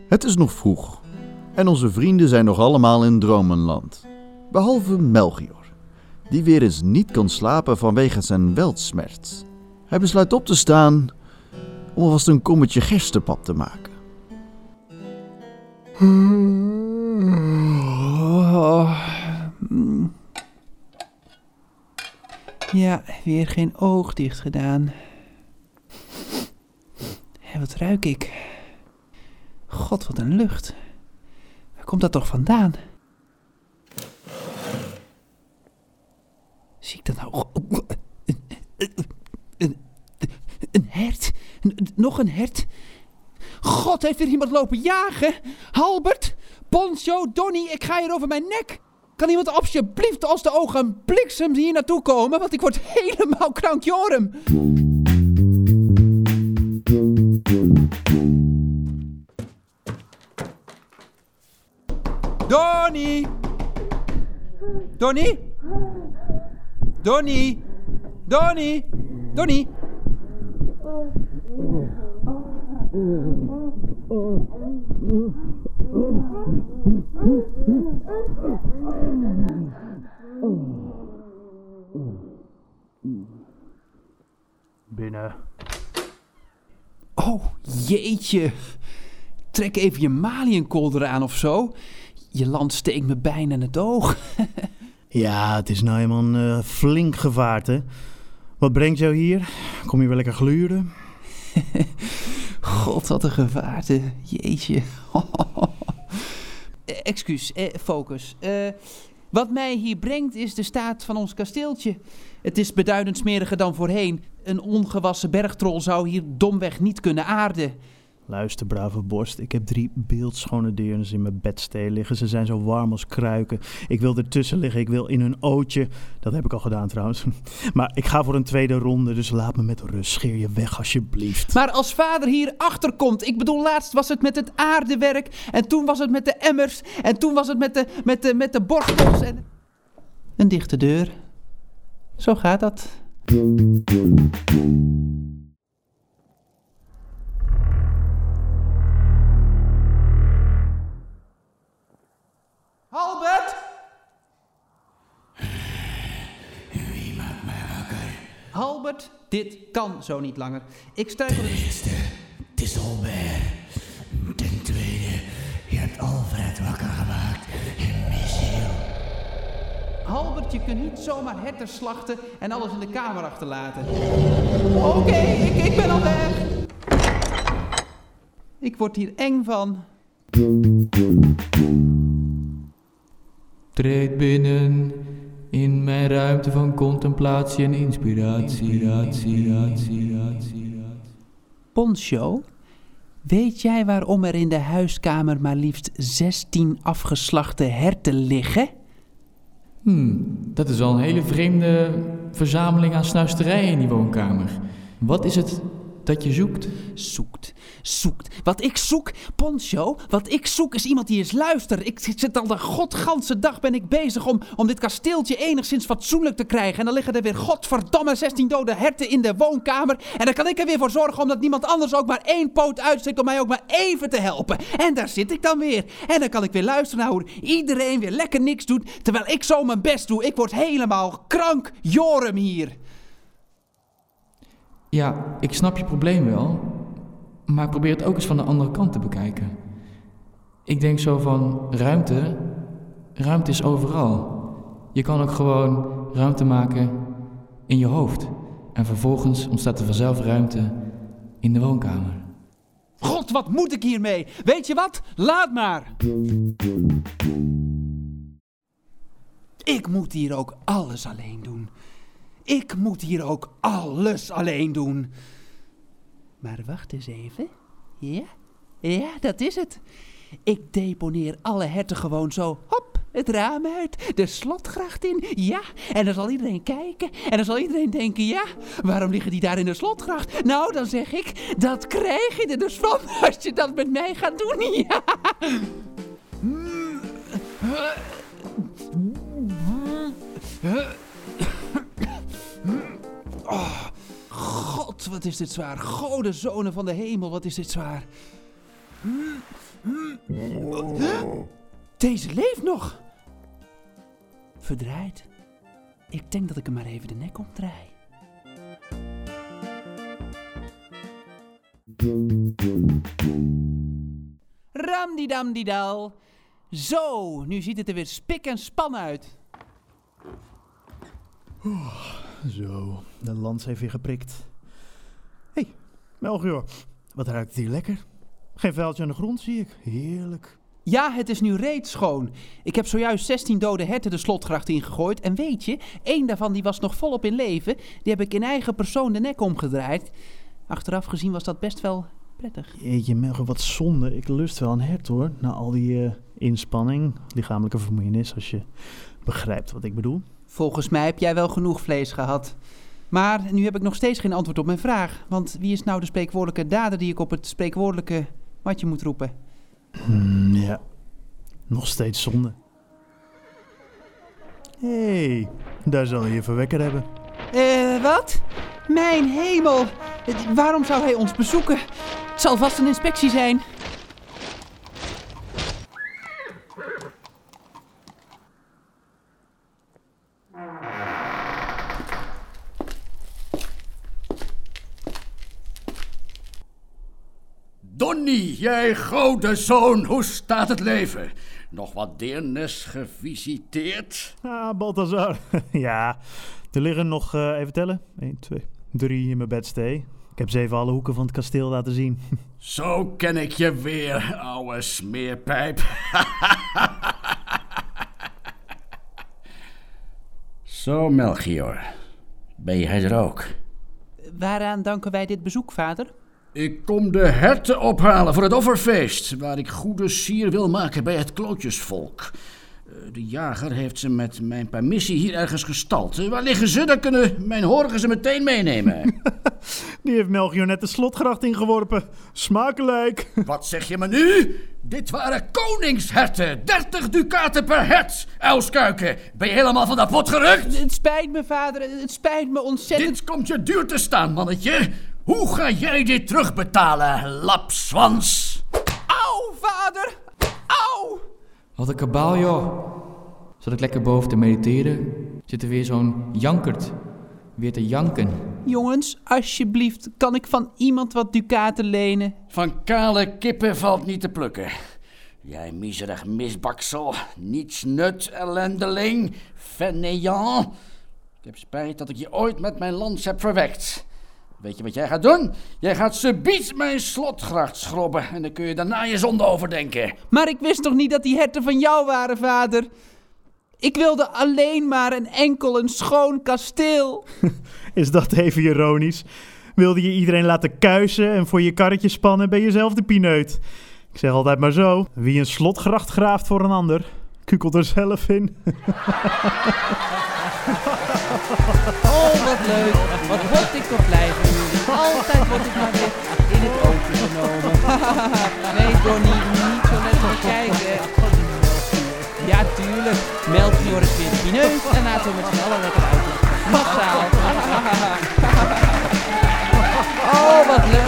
Het is nog vroeg en onze vrienden zijn nog allemaal in dromenland. Behalve Melchior, die weer eens niet kan slapen vanwege zijn weltsmerts. Hij besluit op te staan om alvast een kommetje gerstepap te maken. Ja, weer geen oog dicht gedaan. Hé, wat ruik ik? God, wat een lucht. Waar komt dat toch vandaan? Zie ik dat nou? Een hert? Nog een hert? God, heeft er iemand lopen jagen? Halbert? Poncho? Donnie? Ik ga hier over mijn nek. Kan iemand alsjeblieft als de ogen bliksem hier naartoe komen? Want ik word helemaal krankjorum. Donnie! Donnie? Donnie? Donnie? Donnie? Binnen. Oh, jeetje. Trek even je maliënkolder aan of zo. Je land steekt me bijna in het oog. Ja, het is nou eenmaal een flink gevaarte. Wat brengt jou hier? Kom je wel lekker gluren? God, wat een gevaarte. Jeetje. Excuus, focus. Wat mij hier brengt is de staat van ons kasteeltje. Het is beduidend smeriger dan voorheen. Een ongewassen bergtrol zou hier domweg niet kunnen aarden. Luister, brave borst. Ik heb 3 beeldschone deernes in mijn bedstee liggen. Ze zijn zo warm als kruiken. Ik wil ertussen liggen. Ik wil in hun ootje. Dat heb ik al gedaan trouwens. Maar ik ga voor een tweede ronde, dus laat me met rust. Scheer je weg alsjeblieft. Maar als vader hier achterkomt... Ik bedoel, laatst was het met het aardewerk. En toen was het met de emmers. En toen was het met de borstels. En... Een dichte deur. Zo gaat dat. Albert? Wie maakt mij wakker? Albert, dit kan zo niet langer. Ik stuiver Ten eerste, het is Albert. Ten tweede, je hebt Alfred wakker gemaakt in Michiel. Albert, je kunt niet zomaar herten slachten en alles in de kamer achterlaten. Oké, ik ben al weg. Ik word hier eng van. Treed binnen in mijn ruimte van contemplatie en inspiratie. Poncho, weet jij waarom er in de huiskamer maar liefst 16 afgeslachte herten liggen? Dat is wel een hele vreemde verzameling aan snuisterijen in die woonkamer. Wat is het dat je zoekt? Zoekt. Wat ik zoek, Poncho, wat ik zoek is iemand die eens luistert. Ik zit al de godganse dag ben ik bezig om dit kasteeltje enigszins fatsoenlijk te krijgen. En dan liggen er weer godverdomme 16 dode herten in de woonkamer. En dan kan ik er weer voor zorgen omdat niemand anders ook maar 1 poot uitsteekt om mij ook maar even te helpen. En daar zit ik dan weer. En dan kan ik weer luisteren naar hoe iedereen weer lekker niks doet, terwijl ik zo mijn best doe. Ik word helemaal krank jorum hier. Ja, ik snap je probleem wel, maar probeer het ook eens van de andere kant te bekijken. Ik denk zo van, ruimte is overal. Je kan ook gewoon ruimte maken in je hoofd. En vervolgens ontstaat er vanzelf ruimte in de woonkamer. God, wat moet ik hiermee? Weet je wat? Laat maar. Ik moet hier ook alles alleen doen. Maar wacht eens even. Ja, dat is het. Ik deponeer alle herten gewoon zo, hop, het raam uit, de slotgracht in, ja. En dan zal iedereen kijken en dan zal iedereen denken, ja, waarom liggen die daar in de slotgracht? Nou, dan zeg ik, dat krijg je er dus van als je dat met mij gaat doen, ja. Oh, God, wat is dit zwaar. Gode zonen van de hemel, wat is dit zwaar. Deze leeft nog. Verdraaid. Ik denk dat ik hem maar even de nek omdraai. Ramdidamdidal. Zo, nu ziet het er weer spik en span uit. Zo, de lans heeft weer geprikt. Hé, Melchior, wat ruikt het hier lekker? Geen vuiltje aan de grond, zie ik. Heerlijk. Ja, het is nu reeds schoon. Ik heb zojuist 16 dode herten de slotgracht ingegooid. En weet je, 1 daarvan die was nog volop in leven. Die heb ik in eigen persoon de nek omgedraaid. Achteraf gezien was dat best wel prettig. Jeetje, Melchior, wat zonde. Ik lust wel een hert, hoor. Na al die inspanning, lichamelijke vermoeienis, als je begrijpt wat ik bedoel. Volgens mij heb jij wel genoeg vlees gehad. Maar nu heb ik nog steeds geen antwoord op mijn vraag. Want wie is nou de spreekwoordelijke dader die ik op het spreekwoordelijke matje moet roepen? Ja, nog steeds zonde. Hé, daar zal je verwekker hebben. Wat? Mijn hemel! Waarom zou hij ons bezoeken? Het zal vast een inspectie zijn. Donnie, jij gouden zoon, hoe staat het leven? Nog wat deernis gevisiteerd? Ah, Balthazar. Ja, er liggen nog, even tellen, 1, 2, 3 in mijn bedstee. Ik heb ze even alle hoeken van het kasteel laten zien. Zo ken ik je weer, ouwe smeerpijp. Zo, Melchior. Ben jij er ook? Waaraan danken wij dit bezoek, vader? Ik kom de herten ophalen voor het offerfeest, waar ik goede sier wil maken bij het klootjesvolk. De jager heeft ze met mijn permissie hier ergens gestald. Waar liggen ze? Dan kunnen mijn horigen ze meteen meenemen. Die heeft Melchior net de slotgracht ingeworpen. Smakelijk. Wat zeg je me nu? Dit waren koningsherten. 30 dukaten per hert. Uilskuiken, ben je helemaal van de pot gerukt? Het spijt me, vader. Het spijt me ontzettend. Dit komt je duur te staan, mannetje. Hoe ga jij dit terugbetalen, lapswans? Auw, vader! Auw! Wat een kabaal, joh. Zat ik lekker boven te mediteren, zit er weer zo'n jankert weer te janken. Jongens, alsjeblieft, kan ik van iemand wat dukaten lenen? Van kale kippen valt niet te plukken. Jij miserig misbaksel, niets nut, ellendeling, fainéant. Ik heb spijt dat ik je ooit met mijn lans heb verwekt. Weet je wat jij gaat doen? Jij gaat subiet mijn slotgracht schrobben en dan kun je daarna je zonde overdenken. Maar ik wist toch niet dat die herten van jou waren, vader? Ik wilde alleen maar een schoon kasteel. Is dat even ironisch? Wilde je iedereen laten kuisen en voor je karretje spannen, ben je zelf de pineut. Ik zeg altijd maar zo, wie een slotgracht graaft voor een ander, kukelt er zelf in. Oh, wat leuk. Wat word ik toch blij van jullie. Altijd word ik maar weer in het oogje genomen. Nee, Donnie, niet zo net maar kijken. Ja, tuurlijk. Melchior is weer pineut en laten we met z'n allen lekker uitlachen. Massaal. Oh, wat leuk.